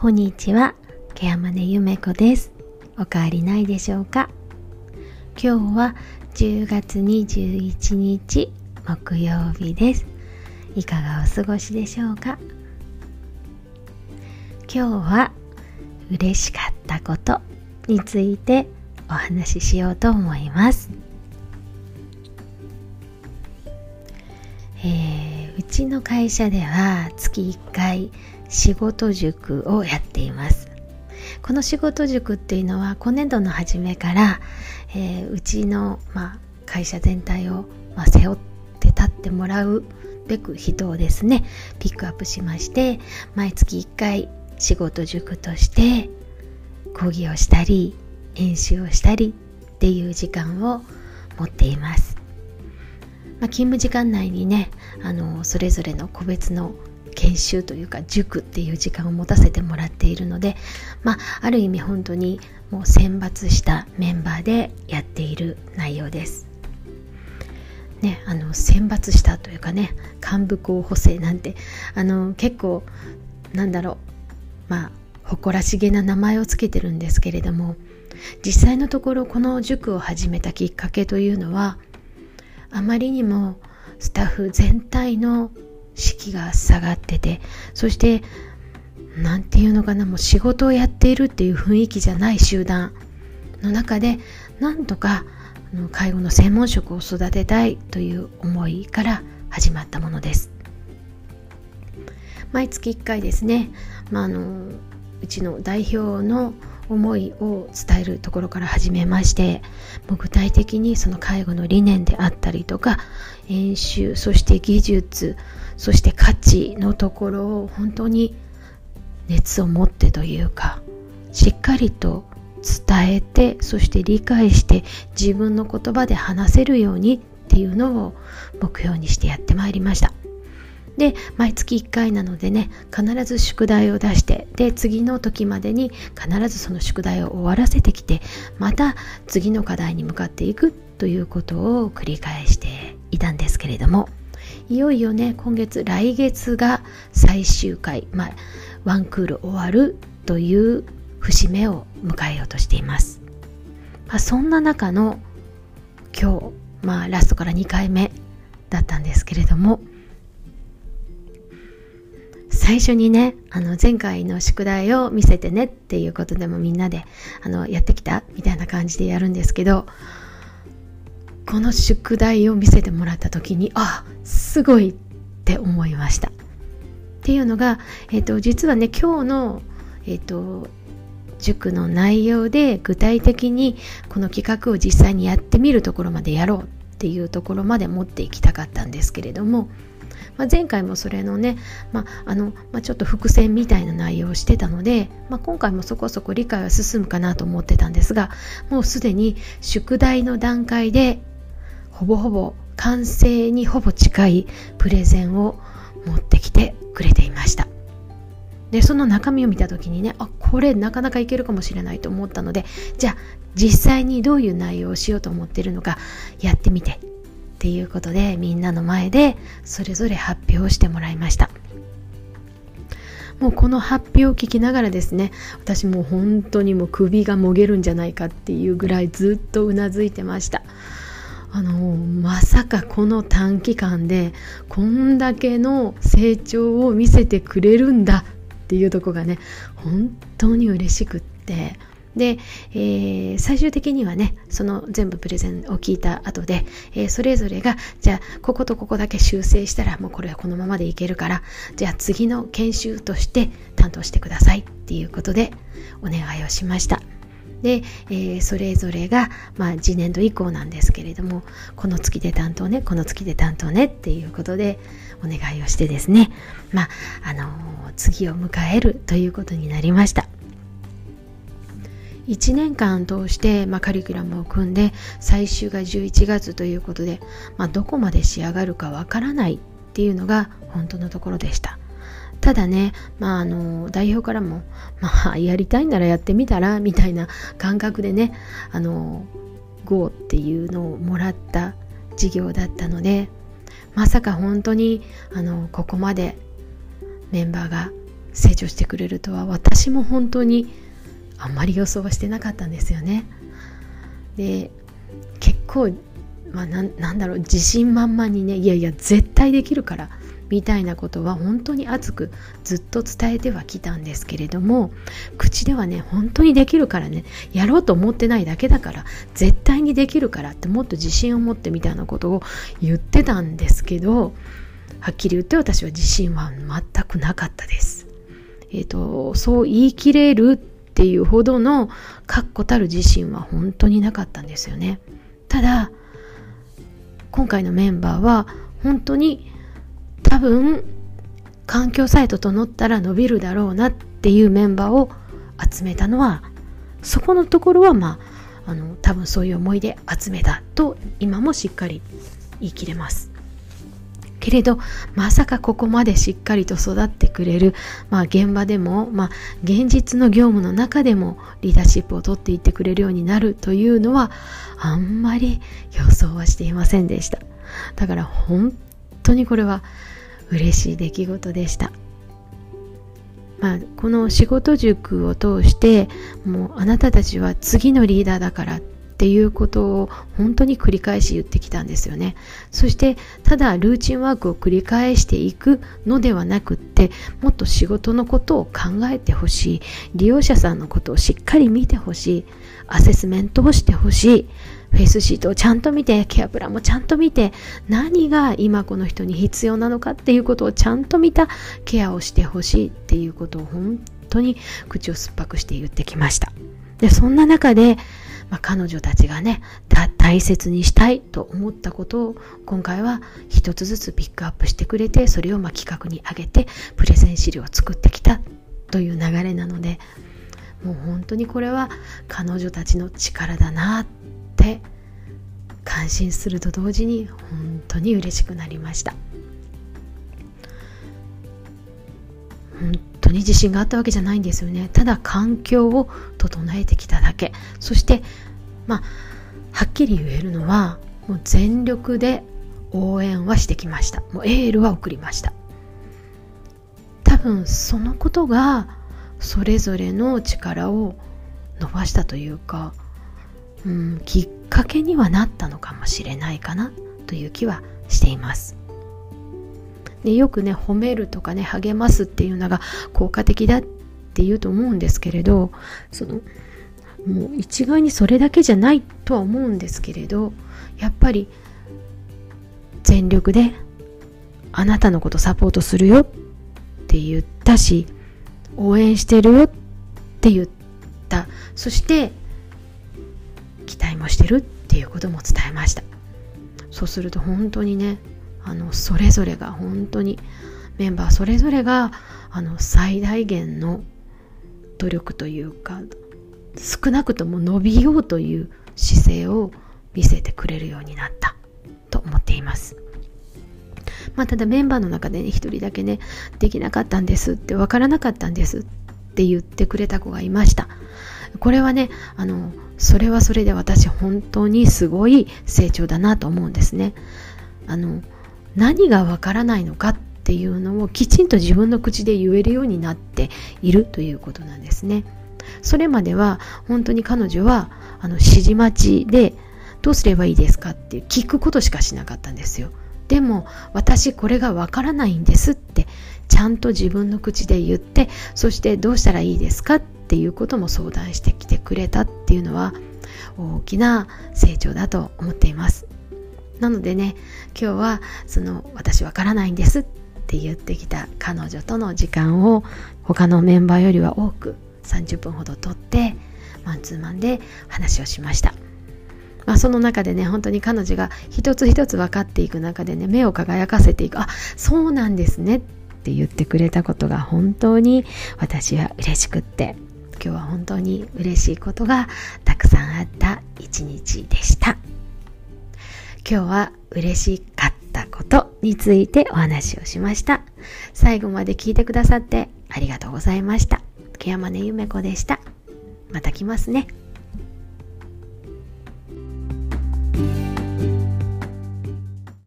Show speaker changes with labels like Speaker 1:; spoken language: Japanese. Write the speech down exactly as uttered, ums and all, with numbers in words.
Speaker 1: こんにちは、ケアマネゆめこです。おかわりないでしょうか。今日はじゅうがつにじゅういちにち木曜日です。いかがお過ごしでしょうか。今日は嬉しかったことについてお話ししようと思います。えー、うちの会社では月いっかい仕事塾をやっています。この仕事塾っていうのは今年度の初めから、えー、うちの、まあ、会社全体を、まあ、背負って立ってもらうべく人をですねピックアップしまして、毎月いっかい仕事塾として講義をしたり演習をしたりっていう時間を持っています。まあ、勤務時間内にねあのそれぞれの個別の研修というか塾っていう時間を持たせてもらっているので、まあ、ある意味本当にもう選抜したメンバーでやっている内容です。ね、あの選抜したというかね幹部候補生なんてあの結構なんだろうまあ誇らしげな名前をつけてるんですけれども、実際のところこの塾を始めたきっかけというのはあまりにもスタッフ全体の士気が下がってて、そしてなんていうのかなもう仕事をやっているっていう雰囲気じゃない集団の中でなんとか介護の専門職を育てたいという思いから始まったものです。毎月いっかいですね、まあ、あのうちの代表の思いを伝えるところから始めまして、もう具体的にその介護の理念であったりとか演習、そして技術、そして価値のところを本当に熱を持ってというかしっかりと伝えて、そして理解して自分の言葉で話せるようにっていうのを目標にしてやってまいりました。で毎月いっかいなのでね必ず宿題を出して、で次の時までに必ずその宿題を終わらせてきて、また次の課題に向かっていくということを繰り返していたんですけれども、いよいよね今月来月が最終回、まあ、ワンクール終わるという節目を迎えようとしています。まあ、そんな中の今日、まあ、ラストからにかいめだったんですけれども、最初にねあの前回の宿題を見せてねっていうことでもみんなであのやってきたみたいな感じでやるんですけど、この宿題を見せてもらった時にあすごいって思いました。っていうのが、えーと、実はね今日の、えーと、塾の内容で具体的にこの企画を実際にやってみるところまでやろうっていうところまで持っていきたかったんですけれども、まあ、前回もそれのね、まああのまあ、ちょっと伏線みたいな内容をしてたので、まあ、今回もそこそこ理解は進むかなと思ってたんですが、もうすでに宿題の段階でほぼほぼ完成にほぼ近いプレゼンを持ってきてくれていました。でその中身を見た時にねあこれなかなかいけるかもしれないと思ったので、じゃあ実際にどういう内容をしようと思っているのかやってみてっていうことでみんなの前でそれぞれ発表をしてもらいました。もうこの発表を聞きながらですね私もう本当にもう首がもげるんじゃないかっていうぐらいずっとうなずいてました。あのまさかこの短期間でこんだけの成長を見せてくれるんだっていうところがね本当に嬉しくって、で、えー、最終的にはねその全部プレゼンを聞いた後で、えー、それぞれがじゃあこことここだけ修正したらもうこれはこのままでいけるから、じゃあ次の研修として担当してくださいっていうことでお願いをしました。で、えー、それぞれが、まあ、次年度以降なんですけれどもこの月で担当ねこの月で担当ねっていうことでお願いをしてですね、まああのー、次を迎えるということになりました。いちねんかん通して、まあ、カリキュラムを組んで最終がじゅういちがつということで、まあ、どこまで仕上がるかわからないっていうのが本当のところでした。ただね、まあ、あの代表からも、まあ、やりたいならやってみたらみたいな感覚でねあの ゴー っていうのをもらった授業だったので、まさか本当にあのここまでメンバーが成長してくれるとは私も本当にあんまり予想はしてなかったんですよね。で結構、まあ、な, なんだろう自信満々にねいやいや絶対できるからみたいなことは本当に熱くずっと伝えてはきたんですけれども、口ではね本当にできるからね、やろうと思ってないだけだから、絶対にできるからってもっと自信を持ってみたいなことを言ってたんですけど、はっきり言って私は自信は全くなかったです。えーと、そう言い切れるっていうほどの確固たる自信は本当になかったんですよね。ただ今回のメンバーは本当に多分環境さえ整ったら伸びるだろうなっていうメンバーを集めたのは、そこのところはまあ、あの多分そういう思いで集めたと今もしっかり言い切れますけれど、まさかここまでしっかりと育ってくれる、まあ、現場でも、まあ、現実の業務の中でもリーダーシップを取っていってくれるようになるというのはあんまり予想はしていませんでした。だから本当にこれは嬉しい出来事でした。まあ、この仕事塾を通してもうあなたたちは次のリーダーだからっていうことを本当に繰り返し言ってきたんですよね。そしてただルーチンワークを繰り返していくのではなくって、もっと仕事のことを考えてほしい、利用者さんのことをしっかり見てほしい、アセスメントをしてほしい、フェイスシートをちゃんと見て、ケアプランもちゃんと見て、何が今この人に必要なのかっていうことをちゃんと見たケアをしてほしいっていうことを本当に口を酸っぱくして言ってきました。でそんな中で、まあ、彼女たちがね大切にしたいと思ったことを今回は一つずつピックアップしてくれて、それをまあ企画に上げてプレゼン資料を作ってきたという流れなので、もう本当にこれは彼女たちの力だなって感心すると同時に本当に嬉しくなりました。本当に自信があったわけじゃないんですよね。ただ環境を整えてきただけ。そしてまあはっきり言えるのは、もう全力で応援はしてきました。もうエールは送りました。多分そのことがそれぞれの力を伸ばしたというか、うん、きっかけにはなったのかもしれないかなという気はしています。でよくね褒めるとかね励ますっていうのが効果的だって言うと思うんですけれど、そのもう一概にそれだけじゃないとは思うんですけれど、やっぱり全力であなたのことサポートするよって言ったし、応援してるよって言った、そして期待もしてるっていうことも伝えました。そうすると本当にね、あのそれぞれが本当にメンバーそれぞれがあの最大限の努力というか、少なくとも伸びようという姿勢を見せてくれるようになったと思っています。まあ、ただメンバーの中でね一人だけねできなかったんですって、わからなかったんですって言ってくれた子がいました。これはねあのそれはそれで私本当にすごい成長だなと思うんですね。あの何がわからないのかっていうのをきちんと自分の口で言えるようになっているということなんですね。それまでは本当に彼女はあの指示待ちでどうすればいいですかって聞くことしかしなかったんですよ。でも私これがわからないんですってちゃんと自分の口で言って、そしてどうしたらいいですかっていうことも相談してきてくれたっていうのは大きな成長だと思っています。なのでね今日はその私わからないんですって言ってきた彼女との時間を他のメンバーよりは多くさんじゅっぷんほど取ってマンツーマンで話をしました。まあ、その中でね本当に彼女が一つ一つ分かっていく中でね目を輝かせていく、あ、そうなんですねって言ってくれたことが本当に私は嬉しくって、今日は本当に嬉しいことがたくさんあった一日でした。今日は嬉しかったことについてお話をしました。最後まで聞いてくださってありがとうございました。ケヤマネゆめこでした。また来ますね。